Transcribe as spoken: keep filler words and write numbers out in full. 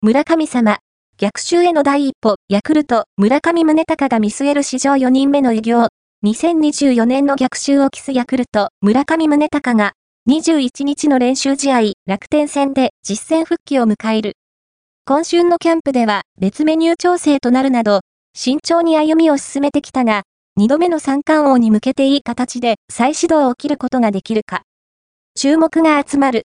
村神様。逆襲への第一歩、ヤクルト、村上宗隆が見据える史上よにんめの偉業。にせんにじゅうよねんの逆襲を期すヤクルト、村上宗隆が、にじゅういちにちの練習試合、楽天戦で実戦復帰を迎える。今春のキャンプでは別メニュー調整となるなど、慎重に歩みを進めてきたが、にどめの三冠王に向けていい形で再始動を切ることができるか。注目が集まる。